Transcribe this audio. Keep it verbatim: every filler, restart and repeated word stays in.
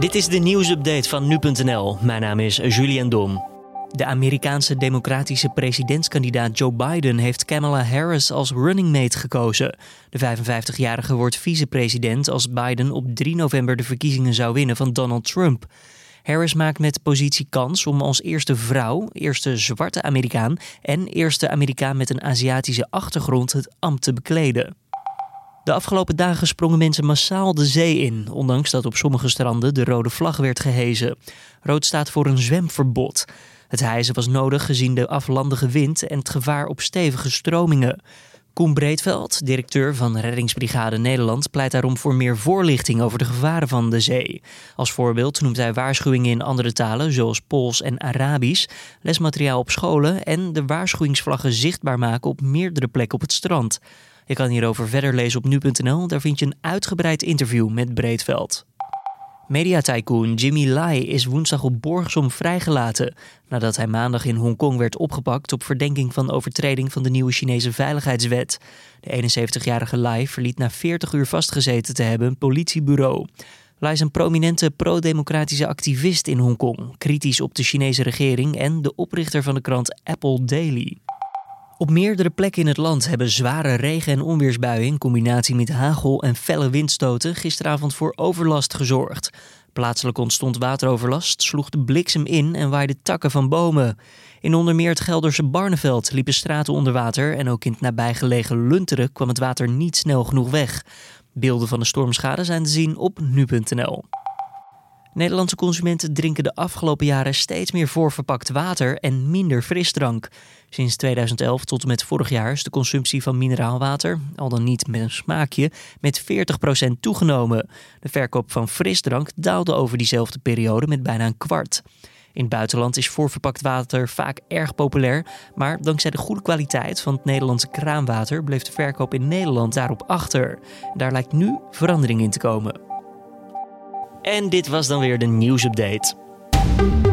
Dit is de nieuwsupdate van nu punt n l. Mijn naam is Julian Dom. De Amerikaanse democratische presidentskandidaat Joe Biden heeft Kamala Harris als running mate gekozen. De vijfenvijftigjarige wordt vicepresident als Biden op drie november de verkiezingen zou winnen van Donald Trump. Harris maakt met positie kans om als eerste vrouw, eerste zwarte Amerikaan en eerste Amerikaan met een Aziatische achtergrond het ambt te bekleden. De afgelopen dagen sprongen mensen massaal de zee in, ondanks dat op sommige stranden de rode vlag werd gehezen. Rood staat voor een zwemverbod. Het hijsen was nodig gezien de aflandige wind en het gevaar op stevige stromingen. Koen Breedveld, directeur van Reddingsbrigade Nederland, pleit daarom voor meer voorlichting over de gevaren van de zee. Als voorbeeld noemt hij waarschuwingen in andere talen, zoals Pools en Arabisch, lesmateriaal op scholen en de waarschuwingsvlaggen zichtbaar maken op meerdere plekken op het strand. Je kan hierover verder lezen op nu punt n l, daar vind je een uitgebreid interview met Breedveld. Mediatycoon Jimmy Lai is woensdag op borgsom vrijgelaten, nadat hij maandag in Hongkong werd opgepakt op verdenking van overtreding van de nieuwe Chinese veiligheidswet. De eenenzeventigjarige Lai verliet na veertig uur vastgezeten te hebben een politiebureau. Lai is een prominente pro-democratische activist in Hongkong, kritisch op de Chinese regering en de oprichter van de krant Apple Daily. Op meerdere plekken in het land hebben zware regen- en onweersbuien in combinatie met hagel en felle windstoten gisteravond voor overlast gezorgd. Plaatselijk ontstond wateroverlast, sloeg de bliksem in en waaide takken van bomen. In onder meer het Gelderse Barneveld liepen straten onder water en ook in het nabijgelegen Lunteren kwam het water niet snel genoeg weg. Beelden van de stormschade zijn te zien op nu punt n l. Nederlandse consumenten drinken de afgelopen jaren steeds meer voorverpakt water en minder frisdrank. Sinds tweeduizend elf tot en met vorig jaar is de consumptie van mineraalwater, al dan niet met een smaakje, met veertig procent toegenomen. De verkoop van frisdrank daalde over diezelfde periode met bijna een kwart. In het buitenland is voorverpakt water vaak erg populair, maar dankzij de goede kwaliteit van het Nederlandse kraanwater bleef de verkoop in Nederland daarop achter. Daar lijkt nu verandering in te komen. En dit was dan weer de nieuwsupdate.